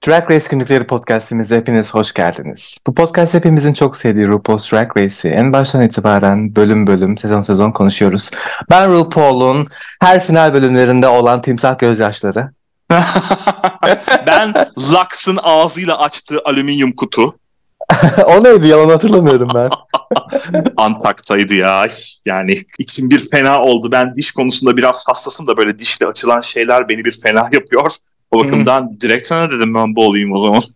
Drag Race Günlükleri podcastimize hepiniz hoş geldiniz. Bu podcast hepimizin çok sevdiği RuPaul's Drag Race'i en baştan itibaren bölüm bölüm, sezon sezon konuşuyoruz. Ben RuPaul'un her final bölümlerinde olan timsah gözyaşları. Ben Lux'ın ağzıyla açtığı alüminyum kutu. O neydi? Yalan hatırlamıyorum ben. Antak'taydı ya. Yani içim bir fena oldu. Ben diş konusunda biraz hassasım da böyle dişle açılan şeyler beni bir fena yapıyor. O bakımdan direkt sana dedim ben bu olayım o zaman.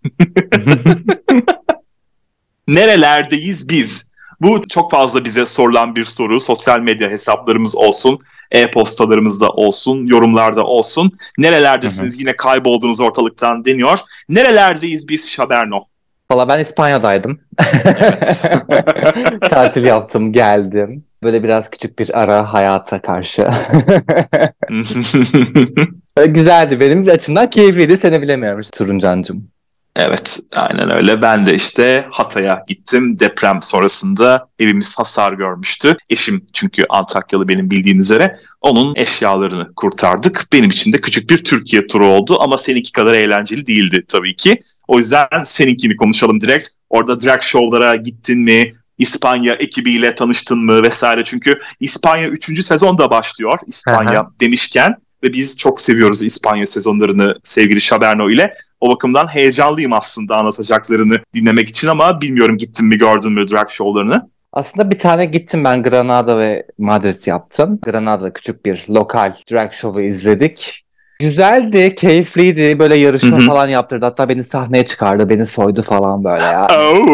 Nerelerdeyiz biz? Bu çok fazla bize sorulan bir soru. Sosyal medya hesaplarımız olsun, e-postalarımızda olsun, yorumlarda olsun. Nerelerdesiniz? Yine kayboldunuz ortalıktan deniyor. Nerelerdeyiz biz Şaberno? Valla ben İspanya'daydım. Evet. Tatil yaptım, geldim. Böyle biraz küçük bir ara hayata karşı. Güzeldi, benim açımdan keyifliydi. Seni bilemiyorum Turuncancığım. Evet, aynen öyle. Ben de işte Hatay'a gittim. Deprem sonrasında evimiz hasar görmüştü. Eşim çünkü Antakyalı benim bildiğin üzere. Onun eşyalarını kurtardık. Benim için de küçük bir Türkiye turu oldu ama seninki kadar eğlenceli değildi tabii ki. O yüzden seninkini konuşalım direkt. Orada drag show'lara gittin mi? İspanya ekibiyle tanıştın mı vesaire? Çünkü İspanya 3. sezonda başlıyor. İspanya demişken ve biz çok seviyoruz İspanya sezonlarını sevgili Şaberno ile. O bakımdan heyecanlıyım aslında anlatacaklarını dinlemek için ama bilmiyorum gittin mi gördün mü drag show'larını? Aslında bir tane gittim, ben Granada ve Madrid yaptım. Granada'da küçük bir lokal drag show'u izledik. Güzeldi, keyifliydi. Böyle yarışma falan yaptırdı. Hatta beni sahneye çıkardı, beni soydu falan böyle ya.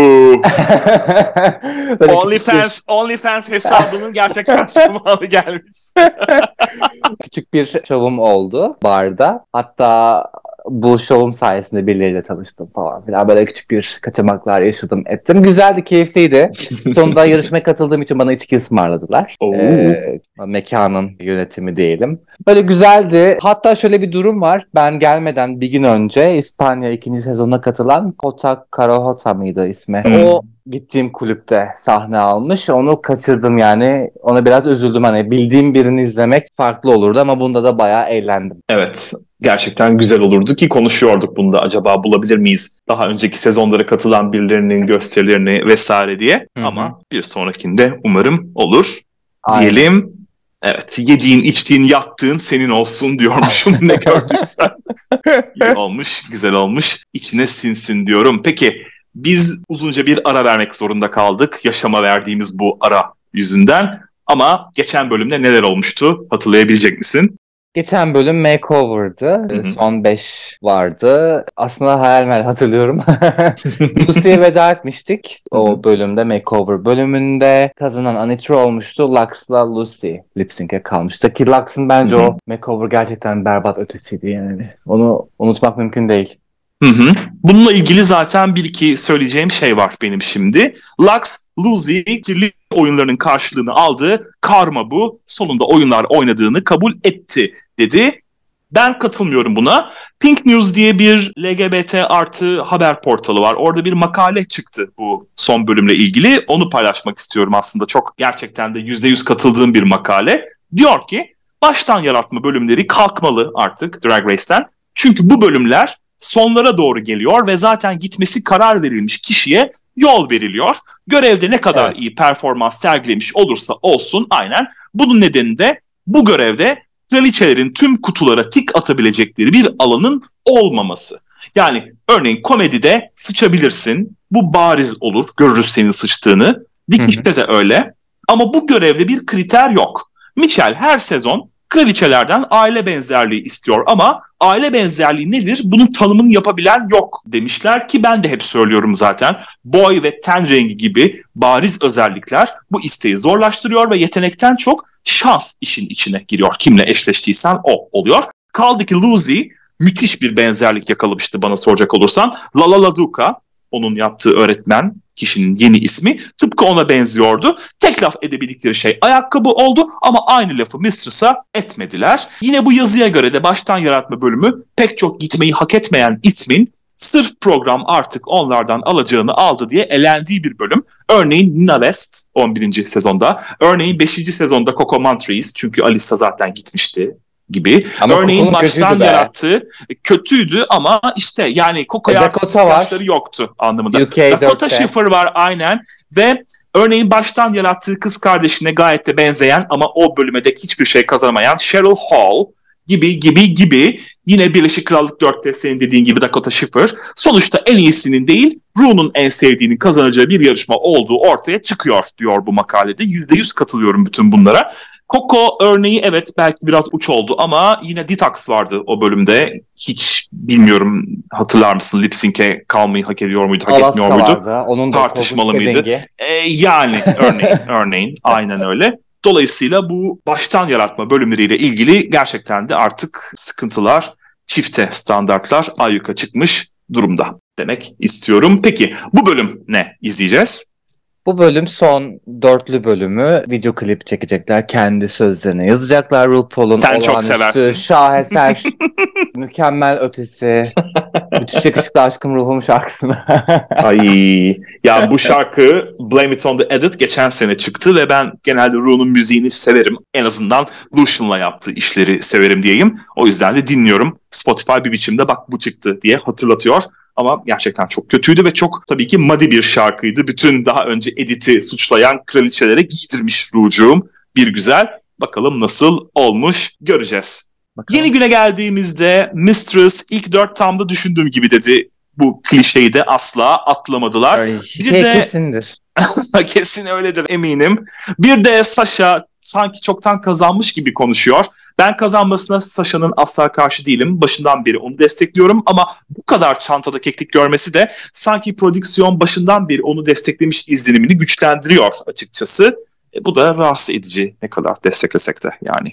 OnlyFans hesabının gerçekten zamanı gelmiş. Küçük bir şovum oldu barda. Hatta bu şovum sayesinde birileriyle tanıştım falan filan. Böyle küçük bir kaçamaklar yaşadım ettim. Güzeldi, keyifliydi. Sonunda yarışmaya katıldığım için bana içki ısmarladılar. Mekanın yönetimi diyelim. Böyle güzeldi. Hatta şöyle bir durum var. Ben gelmeden bir gün önce İspanya 2. sezonuna katılan Kota Karahota mıydı ismi? O gittiğim kulüpte sahne almış. Onu kaçırdım yani. Ona biraz üzüldüm. Hani bildiğim birini izlemek farklı olurdu ama bunda da bayağı eğlendim. Evet. Gerçekten güzel olurdu ki konuşuyorduk bunda acaba bulabilir miyiz daha önceki sezonlara katılan birilerinin gösterilerini vesaire diye. Ama bir sonrakinde umarım olur. Aynen. Diyelim. Evet, yediğin, içtiğin, yattığın senin olsun diyormuşum ne gördüysen. İyi olmuş, güzel olmuş. İçine sinsin diyorum. Peki biz uzunca bir ara vermek zorunda kaldık. Yaşama verdiğimiz bu ara yüzünden. Ama geçen bölümde neler olmuştu hatırlayabilecek misin? Geçen bölüm makeover'dı. Son 5 vardı. Aslında hayal meyal hatırlıyorum. Lucy'ye veda etmiştik. O bölümde, makeover bölümünde kazanan Anitra olmuştu. Lux'la Lucy lip sync'e kalmıştı. Ki Lux'ın bence o makeover gerçekten berbat ötesiydi yani. Onu unutmak mümkün değil. Bununla ilgili zaten bir iki söyleyeceğim şey var benim şimdi. Lux, Lucy kirli oyunlarının karşılığını aldı. Karma bu. Sonunda oyunlar oynadığını kabul etti dedi. Ben katılmıyorum buna. Pink News diye bir LGBT artı haber portalı var. Orada bir makale çıktı bu son bölümle ilgili. Onu paylaşmak istiyorum aslında. Çok gerçekten de %100 katıldığım bir makale. Diyor ki baştan yaratma bölümleri kalkmalı artık Drag Race'ten. Çünkü bu bölümler sonlara doğru geliyor ve zaten gitmesi karar verilmiş kişiye yol veriliyor. Görevde ne kadar iyi performans sergilemiş olursa olsun aynen. Bunun nedeni de bu görevde kraliçelerin tüm kutulara tik atabilecekleri bir alanın olmaması. Yani örneğin komedide sıçabilirsin. Bu bariz olur. Görürüz senin sıçtığını. Dikişte de öyle. Ama bu görevde bir kriter yok. Michelle her sezon kraliçelerden aile benzerliği istiyor ama aile benzerliği nedir? Bunun tanımını yapabilen yok demişler ki ben de hep söylüyorum zaten. Boy ve ten rengi gibi bariz özellikler bu isteği zorlaştırıyor ve yetenekten çok şans işin içine giriyor. Kimle eşleştiysen o oluyor. Kaldı ki Lucy müthiş bir benzerlik yakalamıştı bana soracak olursan. Lala LaDuca, onun yaptığı öğretmen kişinin yeni ismi, tıpkı ona benziyordu. Tek laf edebildikleri şey ayakkabı oldu ama aynı lafı Mistress'a etmediler. Yine bu yazıya göre de baştan yaratma bölümü pek çok gitmeyi hak etmeyen ismin sırf program artık onlardan alacağını aldı diye elendiği bir bölüm. Örneğin Nina West 11. sezonda, örneğin 5. sezonda Coco Montrese çünkü Alissa zaten gitmişti gibi. Ama Örneğin Coco'nun baştan kötüydü be. yarattığı kötüydü ama işte yani Coco'ya artık Dakota var. ihtiyaçları yoktu anlamında. UK Dakota 4'te. Schiffer var aynen ve örneğin baştan yarattığı kız kardeşine gayet de benzeyen ama o bölüme de hiçbir şey kazanamayan Cheryl Hall gibi yine Birleşik Krallık 4'te senin dediğin gibi Dakota Schiffer sonuçta en iyisinin değil Ru'nun en sevdiğinin kazanacağı bir yarışma olduğu ortaya çıkıyor diyor bu makalede. %100 katılıyorum bütün bunlara. Coco örneği evet belki biraz uç oldu ama yine Detox vardı o bölümde. Hiç bilmiyorum hatırlar mısın lip sync'e kalmayı hak ediyor muydu, hak Alaska etmiyor muydu? vardı. Onun da Tartışmalı korkunç mıydı? dengi. Yani örneğin aynen öyle. Dolayısıyla bu baştan yaratma bölümleriyle ilgili gerçekten de artık sıkıntılar, çifte standartlar ayyuka çıkmış durumda demek istiyorum. Peki bu bölüm ne izleyeceğiz? Bu bölüm son dörtlü bölümü. Video klip çekecekler. Kendi sözlerine yazacaklar. RuPaul'un Sen çok olağanüstü, seversin. şaheser, mükemmel ötesi, müthiş yakışıklı aşkım ruhum şarkısını. Ay ya bu şarkı Blame It On The Edit geçen sene çıktı ve ben genelde Ru'nun müziğini severim. En azından Lucian'la yaptığı işleri severim diyeyim. O yüzden de dinliyorum. Spotify bir biçimde bak bu çıktı diye hatırlatıyor. Ama gerçekten çok kötüydü ve çok tabii ki muddy bir şarkıydı. Bütün daha önce Edit'i suçlayan kraliçelere giydirmiş Ru'cuğum. Bir güzel. Bakalım nasıl olmuş göreceğiz. Bakalım. Yeni güne geldiğimizde Mistress ilk 4 tamda düşündüğüm gibi dedi. Bu klişeyi de asla atlamadılar. Ay, Bir de kesindir. kesin öyledir eminim. Bir de Sasha sanki çoktan kazanmış gibi konuşuyor. Ben kazanmasına Sasha'nın asla karşı değilim. Başından beri onu destekliyorum ama bu kadar çantada keklik görmesi de sanki prodüksiyon başından beri onu desteklemiş izlenimini güçlendiriyor açıkçası. Bu da rahatsız edici ne kadar desteklesek de yani.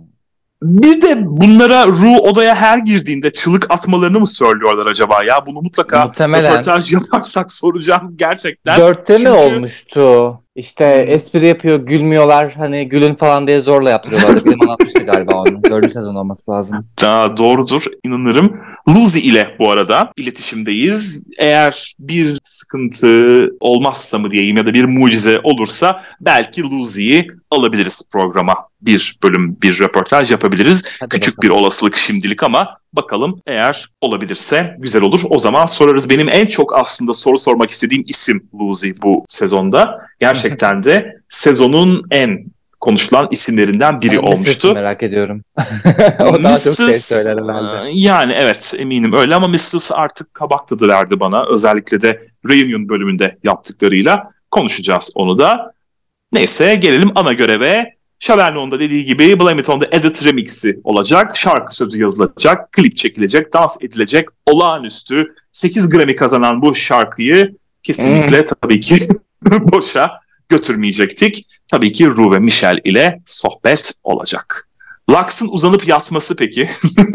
Bir de bunlara Ru odaya her girdiğinde çığlık atmalarını mı söylüyorlar acaba ya? Bunu mutlaka Muhtemelen. röportaj yaparsak soracağım gerçekten. 4'te mi Çünkü- olmuştu? İşte espri yapıyor, gülmüyorlar. Hani gülün falan diye zorla yaptırıyorlardı. Bilim anlatmıştı galiba onu. 4. sezon olması lazım. Doğrudur, inanırım. Lucy ile bu arada iletişimdeyiz. Eğer bir sıkıntı olmazsa mı diyeyim ya da bir mucize olursa belki Lucy'yi alabiliriz programa. Bir bölüm, bir röportaj yapabiliriz. Hadi Küçük bakalım. bir olasılık şimdilik ama bakalım eğer olabilirse güzel olur. O zaman sorarız. Benim en çok aslında soru sormak istediğim isim Lucy bu sezonda. Gerçekten de sezonun en konuşulan isimlerinden biri Ben Mistress'ı olmuştu. merak ediyorum. O daha çok şey söyler herhalde. Yani evet eminim öyle ama Mistress artık kabak tadı verdi bana. Özellikle de Reunion bölümünde yaptıklarıyla konuşacağız onu da. Neyse gelelim ana göreve. Chaverno'nun da dediği gibi Blame It On The Edit remix'i olacak. Şarkı sözü yazılacak, klip çekilecek, dans edilecek. Olağanüstü 8 Grammy kazanan bu şarkıyı kesinlikle tabii ki boşa götürmeyecektik. Tabii ki Ru ve Michelle ile sohbet olacak. Lux'ın uzanıp yatması peki?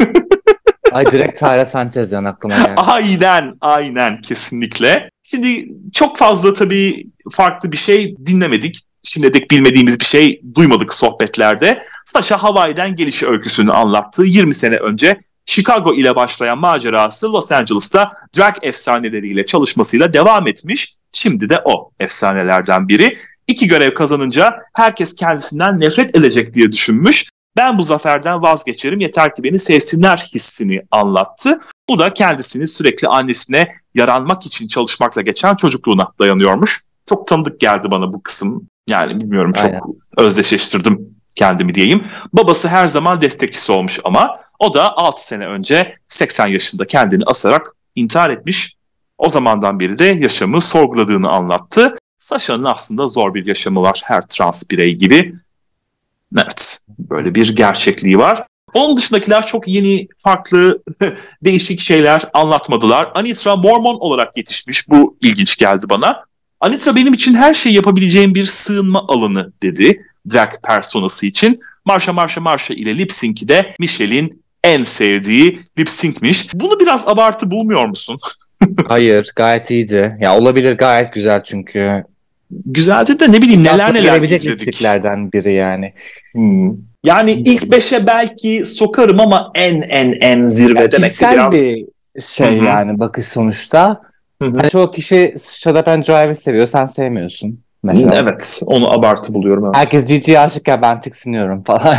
Ay direkt Tyra Sanchez yan aklıma geldi. Aynen kesinlikle. Şimdi çok fazla tabii farklı bir şey dinlemedik. Şimdiye dek bilmediğimiz bir şey duymadık sohbetlerde. Sasha Hawaii'den geliş öyküsünü anlattığı 20 sene önce Chicago ile başlayan macerası Los Angeles'ta drag efsaneleriyle çalışmasıyla devam etmiş. Şimdi de o efsanelerden biri. 2 görev kazanınca herkes kendisinden nefret edecek diye düşünmüş. Ben bu zaferden vazgeçerim yeter ki beni sevsinler hissini anlattı. Bu da kendisini sürekli annesine yaranmak için çalışmakla geçen çocukluğuna dayanıyormuş. Çok tanıdık geldi bana bu kısım. Yani bilmiyorum çok Aynen. özdeşleştirdim kendimi diyeyim. Babası her zaman destekçisi olmuş ama o da 6 sene önce 80 yaşında kendini asarak intihar etmiş. O zamandan beri de yaşamı sorguladığını anlattı. Sasha'nın aslında zor bir yaşamı var her trans birey gibi. Evet, böyle bir gerçekliği var. Onun dışındakiler çok yeni, farklı, değişik şeyler anlatmadılar. Anitra Mormon olarak yetişmiş. Bu ilginç geldi bana. Anitra benim için her şeyi yapabileceğim bir sığınma alanı dedi. Drag personası için. Marsha ile lip sync'i de Michelle'in en sevdiği lip sync'miş. Bunu biraz abartı bulmuyor musun? Hayır, gayet iyiydi. Ya olabilir, gayet güzel çünkü. Güzeldi de ne bileyim neler Gelebilecek izledik. lipsticklerden biri yani. Yani ilk 5'e belki sokarım ama en zirve demek de Kişisel biraz... bir şey Hı hı. yani bakış sonuçta. Hı hı. Hani çoğu kişi Shut Up and Drive'ı seviyor, sen sevmiyorsun. Mesela. Evet, onu abartı buluyorum. Evet. Herkes Gigi'ye aşıkken ben tiksiniyorum falan.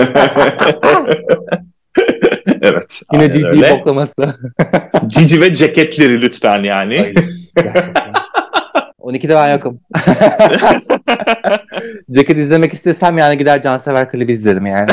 Evet, Yine aynen Gigi'yi öyle. boklaması. Cici ve ceketleri lütfen yani. Ay gerçekten. 12'de ben yokum. Ceket izlemek istesem yani gider Cansever klibi izlerim yani.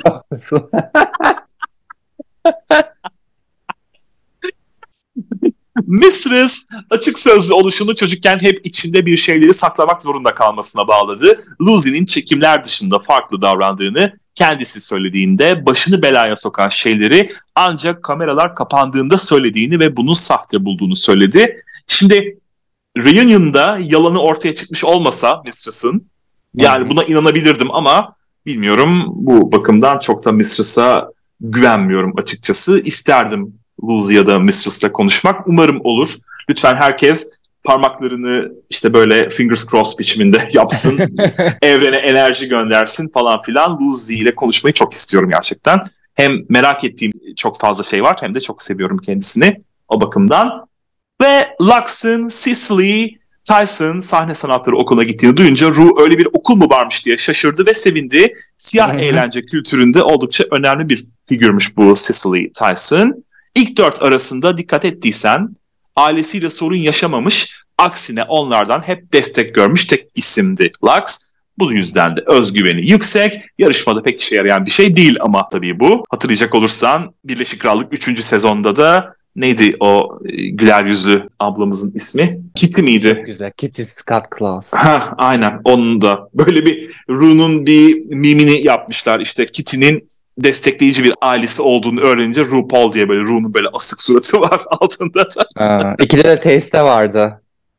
Mistress açık sözlü oluşunu çocukken hep içinde bir şeyleri saklamak zorunda kalmasına bağladı. Lucy'nin çekimler dışında farklı davrandığını kendisi söylediğinde başını belaya sokan şeyleri ancak kameralar kapandığında söylediğini ve bunu sahte bulduğunu söyledi. Şimdi Reunion'da yalanı ortaya çıkmış olmasa Mistress'ın yani buna inanabilirdim ama bilmiyorum, bu bakımdan çok da Mistress'a güvenmiyorum açıkçası. İsterdim Lucy ya da Mistress'la konuşmak. Umarım olur. Lütfen herkes parmaklarını işte böyle fingers crossed biçiminde yapsın. Evrene enerji göndersin falan filan. Lucy ile konuşmayı çok istiyorum gerçekten. Hem merak ettiğim çok fazla şey var hem de çok seviyorum kendisini o bakımdan. Ve Lux'ın Cicely Tyson sahne sanatları okuluna gittiğini duyunca Rue öyle bir okul mu varmış diye şaşırdı ve sevindi. Siyah eğlence kültüründe oldukça önemli bir figürmüş bu Cicely Tyson. İlk 4 arasında dikkat ettiysen ailesiyle sorun yaşamamış, aksine onlardan hep destek görmüş tek isimdi Lux. Bu yüzden de özgüveni yüksek. Yarışmada pek işe yarayan bir şey değil ama tabii bu. Hatırlayacak olursan Birleşik Krallık 3. sezonda da neydi o güler yüzlü ablamızın ismi? Kitty miydi? Çok güzel. Kitty Scott Claus. Ha, aynen. Onun da böyle bir Rue'nun bir mimini yapmışlar. İşte Kitty'nin destekleyici bir ailesi olduğunu öğrenince RuPaul diye böyle Rue'nun böyle asık suratı var altında da. İkide de Taste vardı.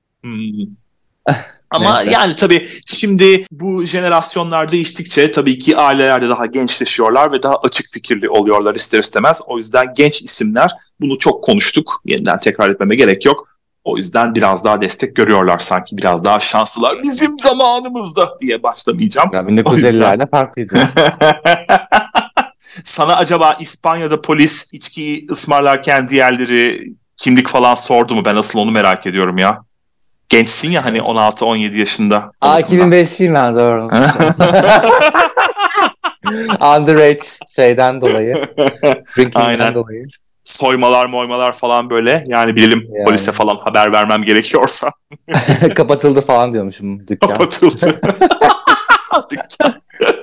Ama Neyse. yani tabii şimdi bu jenerasyonlar değiştikçe tabii ki aileler de daha gençleşiyorlar ve daha açık fikirli oluyorlar ister istemez. O yüzden genç isimler, bunu çok konuştuk. Yeniden tekrar etmeme gerek yok. O yüzden biraz daha destek görüyorlar sanki. Biraz daha şanslılar bizim zamanımızda diye başlamayacağım. Ya 1950'lerde farklıydı. Sana acaba İspanya'da polis içkiyi ısmarlarken diğerleri kimlik falan sordu mu? Ben asıl onu merak ediyorum ya. Gençsin ya hani 16-17 yaşında. 2005'liyim ben doğru. Underage şeyden dolayı. Aynen. Dolayı. Soymalar falan böyle. Yani bilelim Yani. polise falan haber vermem gerekiyorsa. Kapatıldı falan diyormuşum dükkan. Kapatıldı. Dükkan.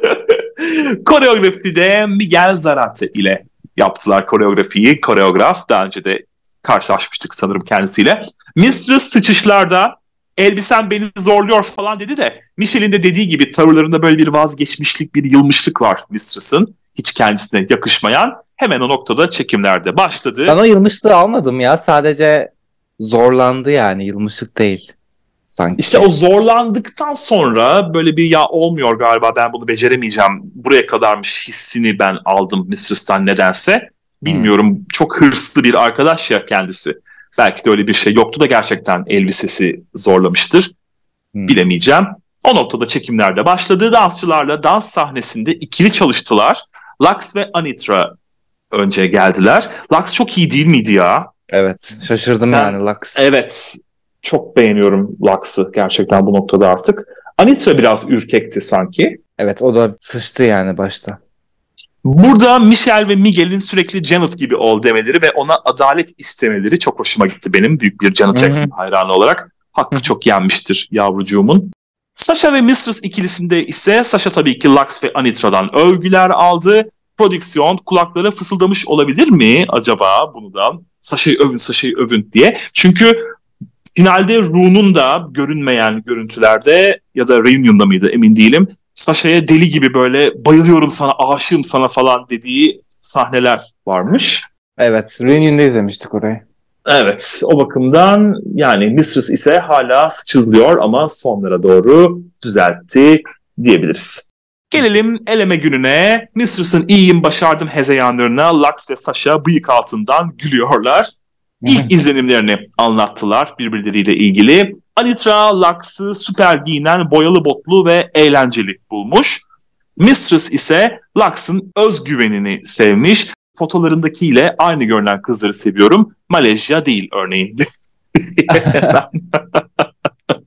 Koreografide Miguel Zarate ile yaptılar koreografiyi. Koreograf, daha önce de karşılaşmıştık sanırım kendisiyle. Mistress sıçışlarda elbisen beni zorluyor falan dedi de Michelle'in de dediği gibi tavırlarında böyle bir vazgeçmişlik, bir yılmışlık var Mistress'ın. Hiç kendisine yakışmayan. Hemen o noktada çekimlerde başladı. Ben o yılmışlığı almadım ya. Sadece zorlandı yani. Yılmışlık değil. Sanki. İşte o zorlandıktan sonra böyle bir ya olmuyor galiba, ben bunu beceremeyeceğim, buraya kadarmış hissini ben aldım Mistress'tan nedense. Bilmiyorum, çok hırslı bir arkadaş ya kendisi. Belki de öyle bir şey yoktu da gerçekten elbisesi zorlamıştır. Bilemeyeceğim. O noktada çekimlerde başladı. Dansçılarla dans sahnesinde ikili çalıştılar. Lux ve Anitra önce geldiler. Lux çok iyi değil miydi ya? Evet. Şaşırdım yani Lux. Evet. Çok beğeniyorum Lux'ı gerçekten bu noktada artık. Anitra biraz ürkekti sanki. Evet, o da sıçtı yani başta. Burada Michelle ve Miguel'in sürekli Janet gibi ol demeleri ve ona adalet istemeleri çok hoşuma gitti benim. Büyük bir Janet Jackson hayranı olarak. Hakkı çok yenmiştir yavrucuğumun. Sasha ve Mistress ikilisinde ise Sasha tabii ki Lux ve Anitra'dan övgüler aldı. Prodüksiyon kulaklara fısıldamış olabilir mi acaba bundan? Sasha'yı övün diye. Çünkü finalde Rue'nun da görünmeyen görüntülerde ya da Reunion'da mıydı emin değilim, Sasha'ya deli gibi böyle bayılıyorum sana, aşığım sana falan dediği sahneler varmış. Evet, Reunion'da izlemiştik orayı. Evet, o bakımdan yani Mistress ise hala sıçızlıyor ama sonlara doğru düzeltti diyebiliriz. Gelelim eleme gününe. Mistress'ın iyiyim başardım hezeyanlarına Lux ve Sasha bıyık altından gülüyorlar. İlk izlenimlerini anlattılar birbirleriyle ilgili. Anitra Lux'ı süper giyinen, boyalı botlu ve eğlenceli bulmuş. Mistress ise Lux'ın özgüvenini sevmiş. Fotolarındakiyle aynı görünen kızları seviyorum. Malezya değil örneğin.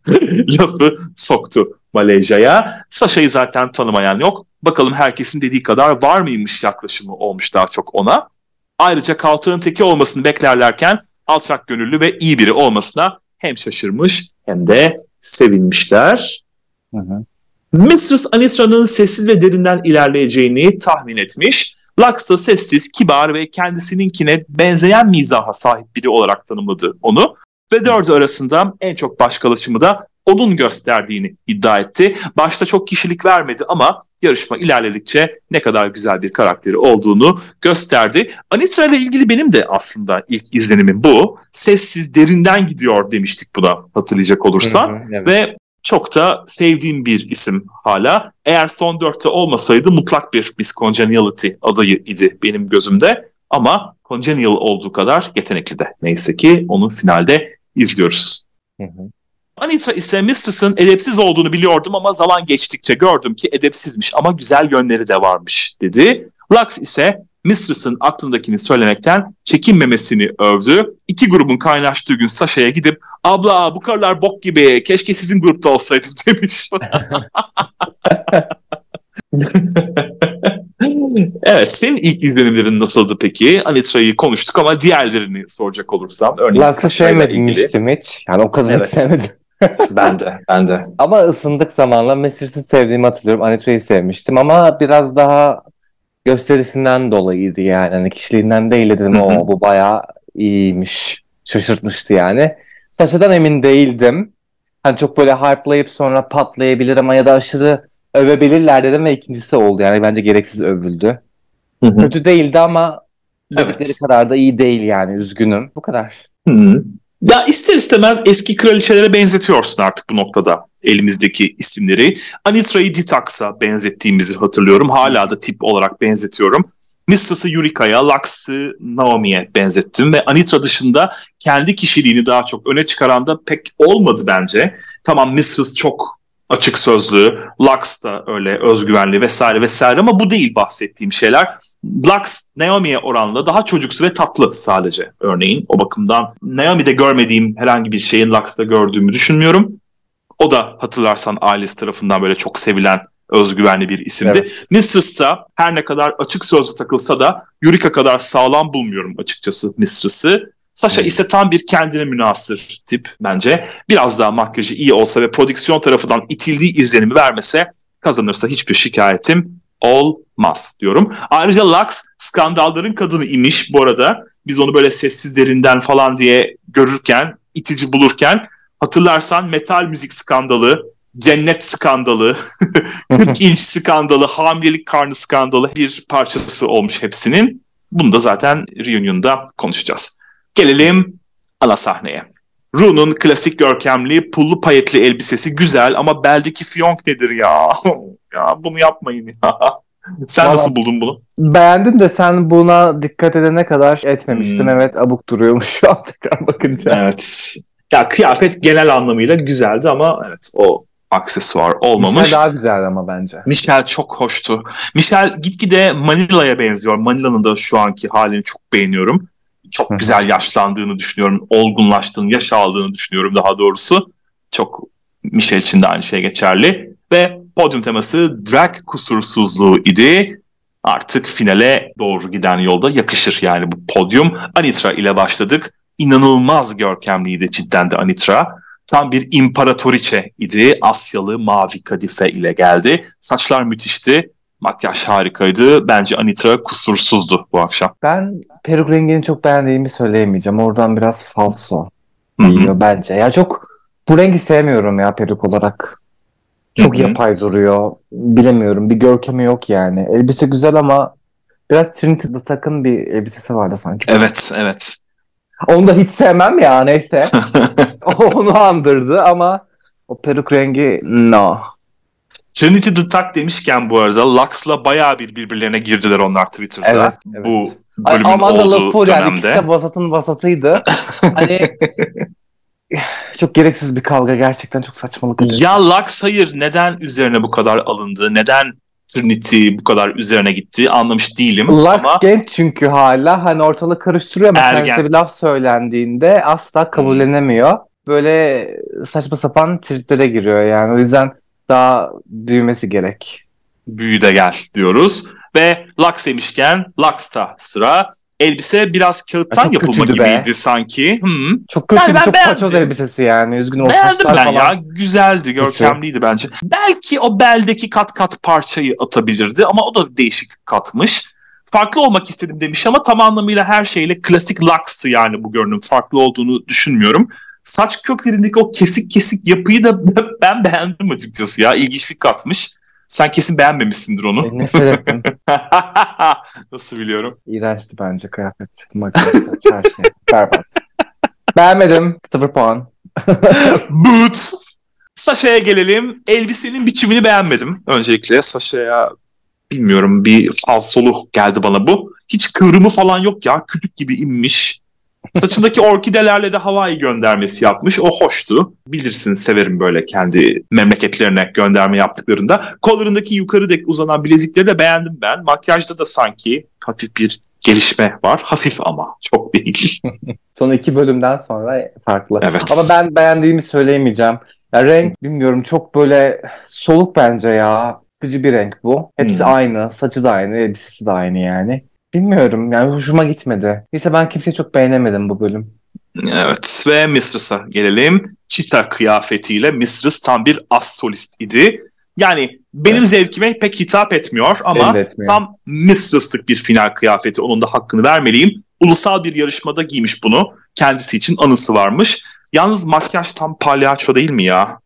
lafı soktu Malezya'ya. Sasha'yı zaten tanımayan yok. Bakalım herkesin dediği kadar var mıymış yaklaşımı olmuş daha çok ona. Ayrıca kaltığın teki olmasını beklerlerken alçak gönüllü ve iyi biri olmasına hem şaşırmış hem de sevinmişler. Hı hı. Mistress Anitra'nın sessiz ve derinden ilerleyeceğini tahmin etmiş. Lux da sessiz, kibar ve kendisininkine benzeyen mizaha sahip biri olarak tanımladı onu. Ve dördü arasında en çok başkalaşımı da onun gösterdiğini iddia etti. Başta çok kişilik vermedi ama yarışma ilerledikçe ne kadar güzel bir karakteri olduğunu gösterdi. Anitra ile ilgili benim de aslında ilk izlenimim bu. Sessiz, derinden gidiyor demiştik buna, hatırlayacak olursan. Evet. Ve çok da sevdiğim bir isim hala. Eğer son 4'te olmasaydı mutlak bir Miss Congeniality adayı idi benim gözümde. Ama Congenial olduğu kadar yetenekli de. Neyse ki onu finalde izliyoruz. Hı hı. Anitra ise Mistress'ın edepsiz olduğunu biliyordum ama zaman geçtikçe gördüm ki edepsizmiş ama güzel yönleri de varmış dedi. Lux ise Mistress'ın aklındakini söylemekten çekinmemesini övdü. İki grubun kaynaştığı gün Sasha'ya gidip "Abla bu karılar bok gibi, keşke sizin grupta olsaydım" demiş. Evet, senin ilk izlenimlerin nasıldı peki? Anitra'yı konuştuk ama diğerlerini soracak olursam. Örneğin Lux'ı sevmemiştim hiç. Yani o kadar Evet. sevmedim. Ben de. Ama ısındık zamanla. Mistress'ı sevdiğimi hatırlıyorum. Anitra'yı sevmiştim ama biraz daha gösterisinden dolayıydı yani. Hani kişiliğinden değil dedim. Hı hı. O bu bayağı iyiymiş. Şaşırtmıştı yani. Sasha'dan emin değildim. Hani çok böyle hype'layıp sonra patlayabilir ama ya da aşırı övebilirler dedim ve ikincisi oldu. Yani bence gereksiz övüldü. Hı hı. Kötü değildi ama dedikleri Evet. kadar da iyi değil yani. Üzgünüm. Bu kadar. Hı. Ya ister istemez eski kraliçelere benzetiyorsun artık bu noktada elimizdeki isimleri. Anitra'yı Ditax'a benzettiğimizi hatırlıyorum. Hala da tip olarak benzetiyorum. Mistress'ı Yurika'ya, Lux'ı Naomi'ye benzettim ve Anitra dışında kendi kişiliğini daha çok öne çıkaran da pek olmadı bence. Tamam, Mistress çok açık sözlü, Lux da öyle özgüvenli vesaire vesaire ama bu değil bahsettiğim şeyler. Lux Naomi'ye oranla daha çocuksu ve tatlı sadece örneğin. O bakımdan Naomi'de görmediğim herhangi bir şeyin Lux'ta gördüğümü düşünmüyorum. O da hatırlarsan ailesi tarafından böyle çok sevilen, özgüvenli bir isimdi. Evet. Mistress'ta her ne kadar açık sözlü takılsa da Yurika kadar sağlam bulmuyorum açıkçası Mistress'ı. Sasha ise tam bir kendine münhasır tip bence. Biraz daha makyajı iyi olsa ve prodüksiyon tarafından itildiği izlenimi vermese, kazanırsa hiçbir şikayetim olmaz diyorum. Ayrıca Lux skandalların kadını imiş bu arada. Biz onu böyle sessiz derinden falan diye görürken, itici bulurken, hatırlarsan metal müzik skandalı, cennet skandalı, 40 inç skandalı, hamilelik karnı skandalı bir parçası olmuş hepsinin. Bunu da zaten reunion'da konuşacağız. Gelelim ana sahneye. Ru'nun klasik görkemli pullu payetli elbisesi güzel ama beldeki fiyonk nedir ya? Ya bunu yapmayın ya. Sen nasıl buldun bunu? Beğendim de sen buna dikkat edene kadar etmemiştin. Evet, abuk duruyormuş şu an tekrar bakınca. Evet. Ya kıyafet genel anlamıyla güzeldi ama evet o aksesuar olmamış. Michelle daha güzeldi ama bence. Michelle çok hoştu. Michelle gitgide Manila'ya benziyor. Manila'nın da şu anki halini çok beğeniyorum. Çok güzel yaşlandığını düşünüyorum. Olgunlaştığını, yaş aldığını düşünüyorum daha doğrusu. Çok Michelle için de aynı şey geçerli. Ve podyum teması drag kusursuzluğu idi. Artık finale doğru giden yolda yakışır yani bu podyum. Anitra ile başladık. İnanılmaz görkemliydi cidden de Anitra. Tam bir imparatoriçe idi. Asyalı mavi kadife ile geldi. Saçlar müthişti. Makyaj harikaydı. Bence Anitra kusursuzdu bu akşam. Ben peruk rengini çok beğendiğimi söyleyemeyeceğim. Oradan biraz falso giyiyor bence. Ya çok bu rengi sevmiyorum ya peruk olarak. Çok yapay duruyor. Bilemiyorum. Bir görkemi yok yani. Elbise güzel ama biraz Trinity the Tuck'ın bir elbisesi vardı sanki. Evet. Onu da hiç sevmem ya, neyse. Onu andırdı ama o peruk rengi no. Trinity the Tuck demişken bu arada Lux'la bayağı birbirlerine girdiler onlar Twitter'da. Evet. Bu bölümün Amanda olduğu Lepore yani dönemde. ikisi de vasatın vasatıydı. Hani çok gereksiz bir kavga, gerçekten çok saçmalık. Ya Lux hayır, neden üzerine bu kadar alındı? Neden Trinity bu kadar üzerine gitti? Anlamış değilim. Lux ama genç çünkü hala hani ortalığı karıştırıyor ama ergen. kendisi bir laf söylendiğinde asla kabullenemiyor. böyle saçma sapan triplere giriyor yani. O yüzden daha büyümesi gerek. Büyü de gel diyoruz. Ve Lux demişken Lux'ta sıra. Elbise biraz kağıttan Çok yapılma kötüydü be. gibiydi sanki. Çok kötü, Yani ben çok paçoz beğendim. elbisesi yani. Üzgünüm, o Beğendim saçlar ben falan. ya. Güzeldi, görkemliydi bence. Belki o beldeki kat kat parçayı atabilirdi ama o da değişik katmış. Farklı olmak istedim demiş ama tam anlamıyla her şeyle klasik Lux'tı yani bu görünüm. Farklı olduğunu düşünmüyorum. Saç köklerindeki o kesik kesik yapıyı da ben beğendim açıkçası ya. İlginçlik katmış. Sen kesin beğenmemişsindir onu. Nefret ettim. Nasıl biliyorum? İğrençti bence kıyafet, makyaj, her şey. Berbat. Beğenmedim. 0 puan. Boot. Sasha'ya gelelim. Elbisenin biçimini beğenmedim. Öncelikle Sasha'ya bilmiyorum bir falsolu geldi bana bu. Hiç kıvrımı falan yok ya. Kütük gibi inmiş. Saçındaki orkidelerle de Hawaii göndermesi yapmış. O hoştu. Bilirsin severim böyle kendi memleketlerine gönderme yaptıklarında. Kollarındaki yukarı dek uzanan bilezikleri de beğendim ben. Makyajda da sanki hafif bir gelişme var. Hafif ama çok değil. Son 2 bölümden sonra farklı. Evet. Ama ben beğendiğimi söyleyemeyeceğim. Ya renk bilmiyorum, çok böyle soluk bence ya. Sıkıcı bir renk bu. Hepsi aynı. Saçı da aynı, elbisesi de aynı yani. Bilmiyorum yani, hoşuma gitmedi. Neyse, ben kimseyi çok beğenemedim bu bölüm. Evet ve Mistress'a gelelim. Cheetah kıyafetiyle Mistress tam bir astrolist idi. Yani benim zevkime pek hitap etmiyor ama Benim de etmiyor. tam Mistress'lık bir final kıyafeti. Onun da hakkını vermeliyim. Ulusal bir yarışmada giymiş bunu. Kendisi için anısı varmış. Yalnız makyaj tam palyaço değil mi ya?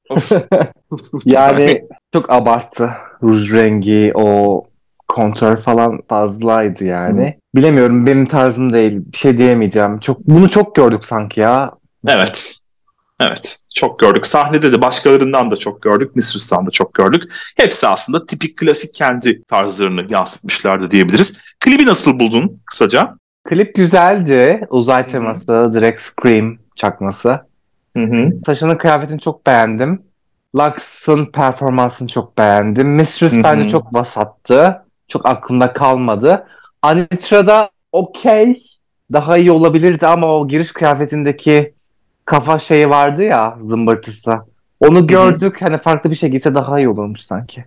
Yani çok abarttı. Ruj rengi, o kontör falan fazlaydı yani. Bilemiyorum, benim tarzım değil. Bir şey diyemeyeceğim. Bunu çok gördük sanki ya. Evet. Evet. Çok gördük. Sahnede de başkalarından da çok gördük. Mistress'tan da çok gördük. Hepsi aslında tipik klasik kendi tarzlarını yansıtmışlardı diyebiliriz. Klibi nasıl buldun kısaca? Klip güzeldi. Uzay teması, direkt Scream çakması. Saçının kıyafetini çok beğendim. Lux'ın performansını çok beğendim. Mistress bence çok vasattı. Çok aklımda kalmadı. Anitra'da okey. Daha iyi olabilirdi ama o giriş kıyafetindeki kafa şeyi vardı ya, zımbırtısı. Onu gördük. Hani farklı bir şey gitse daha iyi olurmuş sanki.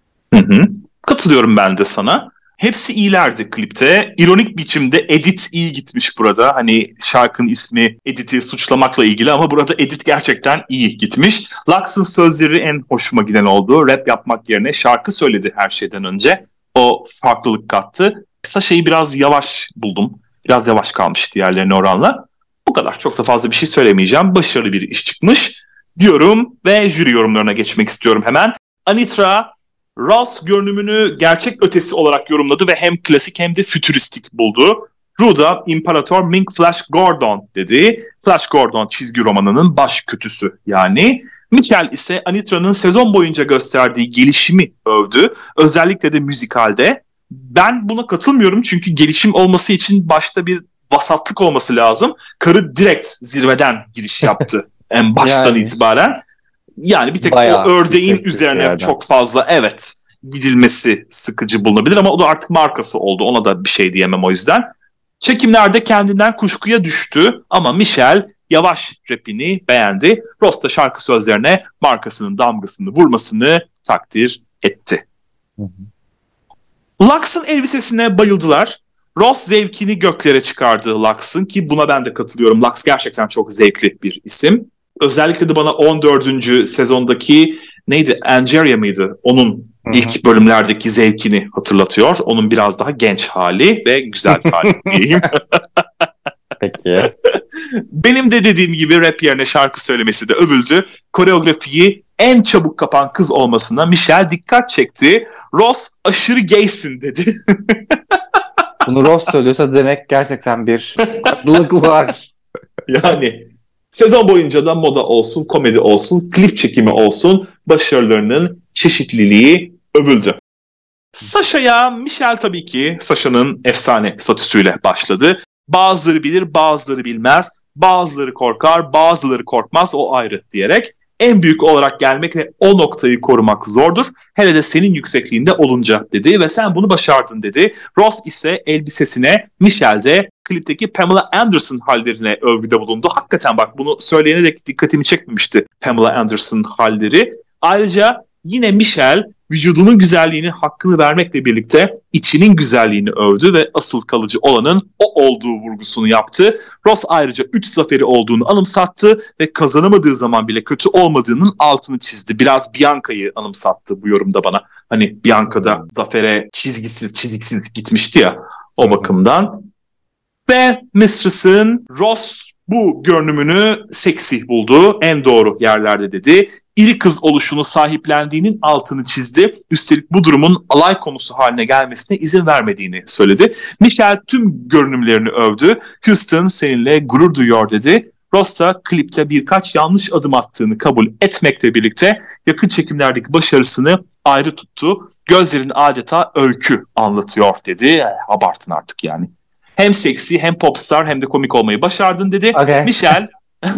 Katılıyorum ben de sana. Hepsi iyilerdi klipte. İronik biçimde edit iyi gitmiş burada. Hani şarkının ismi Edit'i suçlamakla ilgili ama burada edit gerçekten iyi gitmiş. Lux'ın sözleri en hoşuma giden oldu. Rap yapmak yerine şarkı söyledi her şeyden önce. O farklılık kattı. Kısa şeyi biraz yavaş buldum. Biraz yavaş kalmış diğerlerine oranla. Bu kadar. Çok da fazla bir şey söylemeyeceğim. Başarılı bir iş çıkmış diyorum ve jüri yorumlarına geçmek istiyorum hemen. Anitra Ross görünümünü gerçek ötesi olarak yorumladı ve hem klasik hem de fütüristik buldu. Ruda, İmparator Mink Flash Gordon dedi. Flash Gordon çizgi romanının baş kötüsü yani. Michel ise Anitra'nın sezon boyunca gösterdiği gelişimi övdü. Özellikle de müzikalde. Ben buna katılmıyorum çünkü gelişim olması için başta bir vasatlık olması lazım. Karı direkt zirveden giriş yaptı en baştan itibaren. Yani bir tek bayağı o ördeğin üzerine yerden çok fazla gidilmesi sıkıcı bulunabilir ama o da artık markası oldu. Ona da bir şey diyemem o yüzden. Çekimlerde kendinden kuşkuya düştü ama Michel yavaş rapini beğendi. Ross da şarkı sözlerine markasının damgasını vurmasını takdir etti. Lux'ın elbisesine bayıldılar. Ross zevkini göklere çıkardı Lux'ın ki buna ben de katılıyorum. Lux gerçekten çok zevkli bir isim. Özellikle de bana 14. sezondaki neydi? Angeria mıydı? Onun ilk bölümlerdeki zevkini hatırlatıyor. Onun biraz daha genç hali ve güzel hali diyeyim. Peki. Benim de dediğim gibi rap yerine şarkı söylemesi de övüldü. Koreografiyi en çabuk kapan kız olmasına Michel dikkat çekti. Ross aşırı gaysin dedi. Bunu Ross söylüyorsa demek gerçekten bir haklılık var. Yani sezon boyunca da moda olsun, komedi olsun, klip çekimi olsun başarılarının çeşitliliği övüldü. Sasha'ya Michel tabii ki Sasha'nın efsane statüsüyle başladı. Bazıları bilir, bazıları bilmez, bazıları korkar, bazıları korkmaz, o ayrı diyerek en büyük olarak gelmek ve o noktayı korumak zordur. Hele de senin yüksekliğinde olunca dedi ve sen bunu başardın dedi. Ross ise elbisesine, Michelle de klipteki Pamela Anderson hallerine övgüde bulundu. Hakikaten bak bunu söyleyene de dikkatimi çekmemişti Pamela Anderson halleri. Ayrıca yine Michelle vücudunun güzelliğini hakkını vermekle birlikte içinin güzelliğini övdü ve asıl kalıcı olanın o olduğu vurgusunu yaptı. Ross ayrıca 3 zaferi olduğunu anımsattı ve kazanamadığı zaman bile kötü olmadığının altını çizdi. Biraz Bianca'yı anımsattı bu yorumda bana. Hani Bianca'da zafere çizgisiz gitmişti ya o bakımdan. Ve Mistress'ın Ross bu görünümünü seksi buldu, en doğru yerlerde dedi. İri kız oluşunu sahiplendiğinin altını çizdi. Üstelik bu durumun alay konusu haline gelmesine izin vermediğini söyledi. Michelle tüm görünümlerini övdü. Houston seninle gurur duyuyor dedi. Ross da klipte birkaç yanlış adım attığını kabul etmekle birlikte yakın çekimlerdeki başarısını ayrı tuttu. Gözlerin adeta öykü anlatıyor dedi. Abartın artık yani. Hem seksi hem popstar hem de komik olmayı başardın dedi. Okay. Michelle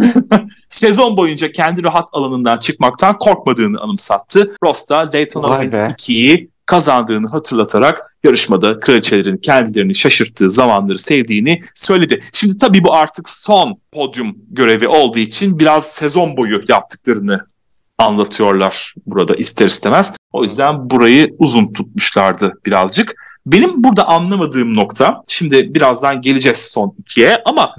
sezon boyunca kendi rahat alanından çıkmaktan korkmadığını anımsattı. Ross da Daytona Wind 2'yi kazandığını hatırlatarak yarışmada kraliçelerin kendilerini şaşırttığı zamanları sevdiğini söyledi. Şimdi tabii bu artık son podyum görevi olduğu için biraz sezon boyu yaptıklarını anlatıyorlar burada ister istemez. O yüzden burayı uzun tutmuşlardı birazcık. Benim burada anlamadığım nokta, şimdi birazdan geleceğiz son 2'ye ama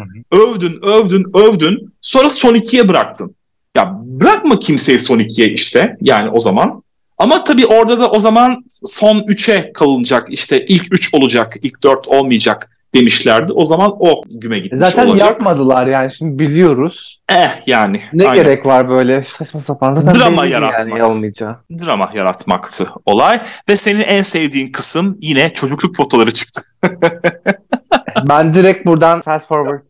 övdün sonra son 2'ye bıraktın. Ya bırakma kimseyi son 2'ye işte yani o zaman. Ama tabii orada da o zaman son 3'e kalınacak işte ilk 3 olacak, ilk 4 olmayacak demişlerdi. O zaman o güme gitmiş zaten olacak. Zaten yapmadılar yani şimdi biliyoruz. Yani. Ne aynen. gerek var böyle saçma sapan. Zaten drama yaratmak. Yani olmayacağı. Drama yaratmaktı olay. Ve senin en sevdiğin kısım yine çocukluk fotoları çıktı. Ben direkt buradan fast forward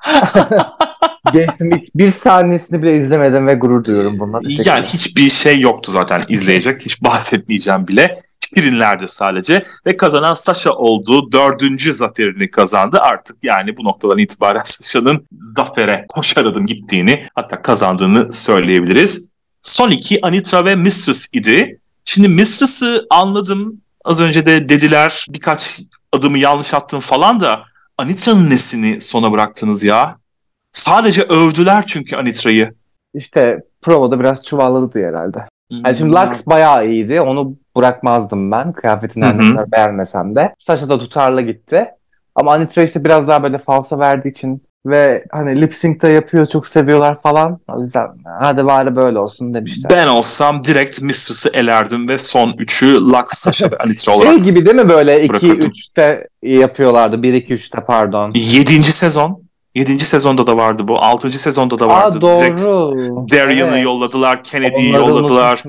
geçtim. Hiç bir saniyesini bile izlemedim ve gurur duyuyorum bundan. Yani hiçbir şey yoktu zaten izleyecek. Hiç bahsetmeyeceğim bile. Şirinlerdi sadece. Ve kazanan Sasha oldu. 4. zaferini kazandı. Artık yani bu noktadan itibaren Sasha'nın zafere koşar adım gittiğini hatta kazandığını söyleyebiliriz. Son 2 Anitra ve Mistress idi. Şimdi Mistress'ı anladım. Az önce de dediler birkaç adımı yanlış attın falan da Anitra'nın nesini sona bıraktınız ya? Sadece övdüler çünkü Anitra'yı. İşte provada biraz çuvalladı herhalde. Yani şimdi Lux bayağı iyiydi. Onu bırakmazdım ben. Kıyafetinden ne kadar beğenmesem de. Sasha da tutarlı gitti. Ama Anitra işte biraz daha böyle falsa verdiği için ve hani lip sync de yapıyor, çok seviyorlar falan. O yüzden hadi bari böyle olsun demişler. Ben olsam direkt Mistress'ı elerdim ve son 3'ü Lux, Sasha ve Anitra olarak şey gibi değil mi böyle 2-3'te yapıyorlardı. 1-2-3'te pardon. 7. sezon. 7. sezonda da vardı bu. 6. sezonda da vardı. Doğru. Direkt Darian'ı yolladılar. Kennedy'yi yolladılar.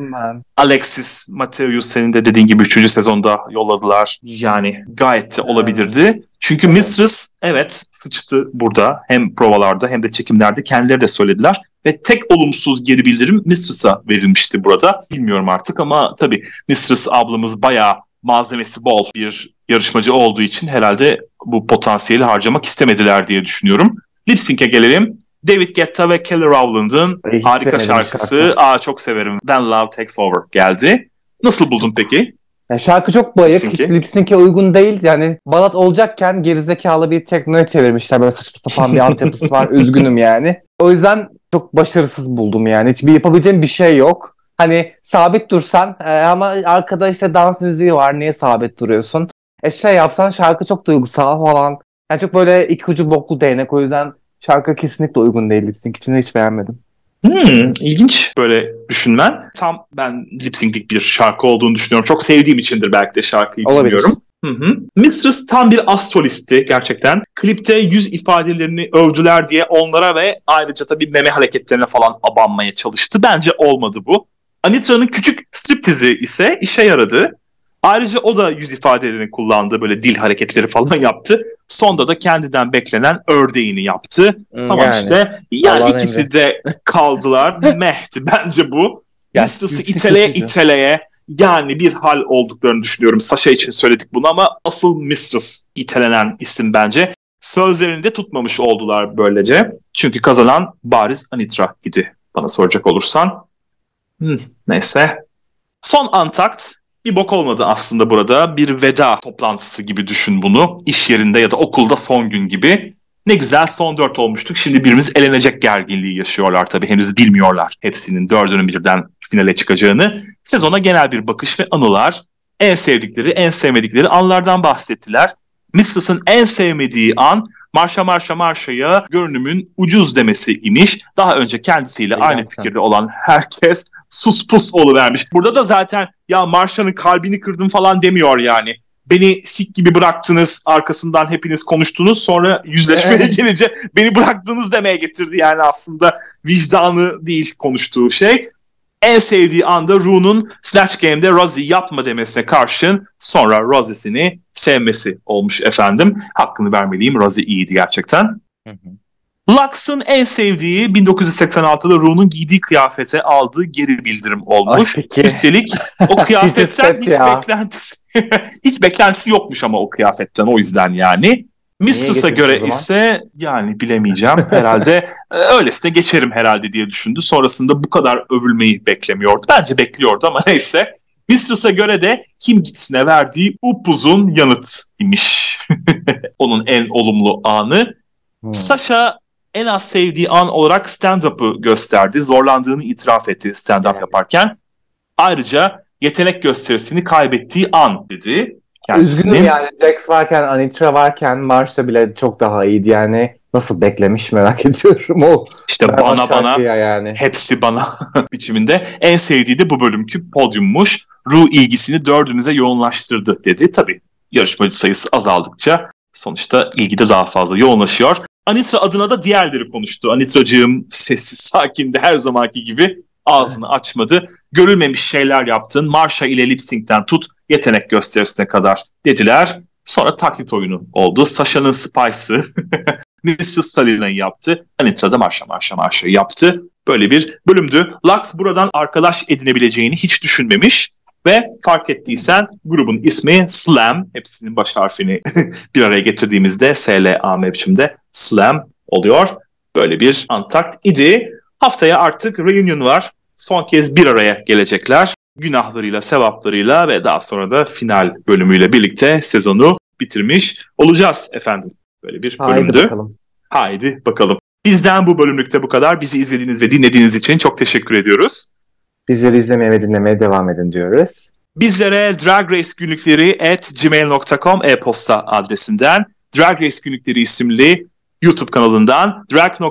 Alexis Matthews senin de dediğin gibi 3. sezonda yolladılar. Yani gayet de olabilirdi. Çünkü Mistress evet sıçtı burada. Hem provalarda hem de çekimlerde kendileri de söylediler. Ve tek olumsuz geri bildirim Mistress'a verilmişti burada. Bilmiyorum artık ama tabii Mistress ablamız bayağı malzemesi bol bir yarışmacı olduğu için herhalde bu potansiyeli harcamak istemediler diye düşünüyorum. Lip Sync'e gelelim. David Guetta ve Kelly Rowland'ın harika şarkısı. Çok severim. When Love Takes Over geldi. Nasıl buldun peki? Ya şarkı çok bayık. Hiç lip sync'e uygun değil. Yani balat olacakken gerizekalı bir teknoya çevirmişler. Böyle saçma sapan bir altyapısı var. Üzgünüm yani. O yüzden çok başarısız buldum yani. Hiçbir yapabileceğim bir şey yok. Hani sabit dursan ama arkada işte dans müziği var. Niye sabit duruyorsun? Şey yapsan şarkı çok duygusal falan. Yani çok böyle iki ucu boklu değnek. O yüzden şarkı kesinlikle uygun değil lip sync için. Hiç beğenmedim. İlginç böyle düşünmen. Tam ben lip sync'lik bir şarkı olduğunu düşünüyorum. Çok sevdiğim içindir belki de şarkıyı bilmiyorum. Mistress tam bir astrolisti gerçekten. Klipte yüz ifadelerini övdüler diye onlara ve ayrıca tabii meme hareketlerine falan abanmaya çalıştı. Bence olmadı bu. Anitra'nın küçük striptizi ise işe yaradı. Ayrıca o da yüz ifadelerini kullandı. Böyle dil hareketleri falan yaptı. Sonda da kendinden beklenen ördeğini yaptı. Tamam yani, işte. Yani ikisi de kaldılar. Mehdi bence bu. Mistress'ı iteleye yani bir hal olduklarını düşünüyorum. Sasha için söyledik bunu ama asıl Mistress itelenen isim bence. Sözlerini de tutmamış oldular böylece. Çünkü kazanan bariz Anitra idi bana soracak olursan. Neyse. Son Antakt bir bok olmadı aslında burada. Bir veda toplantısı gibi düşün bunu. İş yerinde ya da okulda son gün gibi. Ne güzel son 4 olmuştuk. Şimdi birimiz elenecek gerginliği yaşıyorlar tabii. Henüz bilmiyorlar hepsinin 4'ünün birden finale çıkacağını. Sezona genel bir bakış ve anılar. En sevdikleri, en sevmedikleri anlardan bahsettiler. Mistress'ın en sevmediği an Marsha'ya görünümün ucuz demesi imiş. Daha önce kendisiyle aynı fikirde olan herkes sus pus oluvermiş. Burada da zaten ya Marsha'nın kalbini kırdım falan demiyor yani. Beni sik gibi bıraktınız, arkasından hepiniz konuştunuz, sonra yüzleşmeye gelince beni bıraktınız demeye getirdi yani aslında vicdanı değil konuştuğu şey. En sevdiği anda Ru'nun Snatch Game'de Rosie yapma demesine karşın sonra Rosie'sini sevmesi olmuş efendim. Hakkını vermeliyim, Rosie iyiydi gerçekten. Lux'ın en sevdiği 1986'da Ru'nun giydiği kıyafete aldığı geri bildirim olmuş. Üstelik o kıyafetten hiç beklentisi yokmuş ama o kıyafetten, o yüzden yani. Mistress'a göre ise yani bilemeyeceğim herhalde öylesine geçerim herhalde diye düşündü. Sonrasında bu kadar övülmeyi beklemiyordu. Bence bekliyordu ama neyse. Mistress'a göre de Kim Gitsine verdiği upuzun yanıt imiş. Onun en olumlu anı. Sasha en az sevdiği an olarak stand-up'ı gösterdi. Zorlandığını itiraf etti stand-up yaparken. Ayrıca yetenek gösterisini kaybettiği an dedi. Üzgünüm yani, Jax varken, Anitra varken Marsha bile çok daha iyiydi yani. Nasıl beklemiş merak ediyorum o. İşte bana yani. Hepsi bana biçiminde. En sevdiği de bu bölümkü podyummuş. Ru ilgisini dördümüze yoğunlaştırdı dedi. Tabii yarışmacı sayısı azaldıkça sonuçta ilgi de daha fazla yoğunlaşıyor. Anitra adına da diğerleri konuştu. Anitracığım sessiz sakindi her zamanki gibi, ağzını açmadı. Görülmemiş şeyler yaptın. Marsha ile lip sync'ten tut yetenek gösterisine kadar dediler. Sonra taklit oyunu oldu. Sasha'nın Spice'ı Mr. Stalin'i yaptı. Anitra da Marsha'yı yaptı. Böyle bir bölümdü. Lux buradan arkadaş edinebileceğini hiç düşünmemiş. Ve fark ettiysen grubun ismi Slam. Hepsinin baş harfini bir araya getirdiğimizde S-L-A-M biçimde Slam oluyor. Böyle bir Antakt idi. Haftaya artık reunion var. Son kez bir araya gelecekler. Günahlarıyla, sevaplarıyla ve daha sonra da final bölümüyle birlikte sezonu bitirmiş olacağız efendim. Böyle bir bölümdü. Haydi bakalım. Bizden bu bölümlükte bu kadar. Bizi izlediğiniz ve dinlediğiniz için çok teşekkür ediyoruz. Bizleri izlemeye ve dinlemeye devam edin diyoruz. Bizlere dragracegunlükleri@gmail.com e-posta adresinden, Drag Race Günlükleri isimli YouTube kanalından,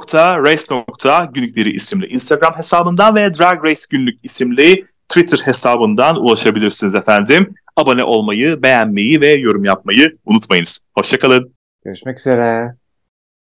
drag.race.günlükleri isimli Instagram hesabından ve Drag Race Günlük isimli Twitter hesabından ulaşabilirsiniz efendim. Abone olmayı, beğenmeyi ve yorum yapmayı unutmayınız. Hoşça kalın. Görüşmek üzere.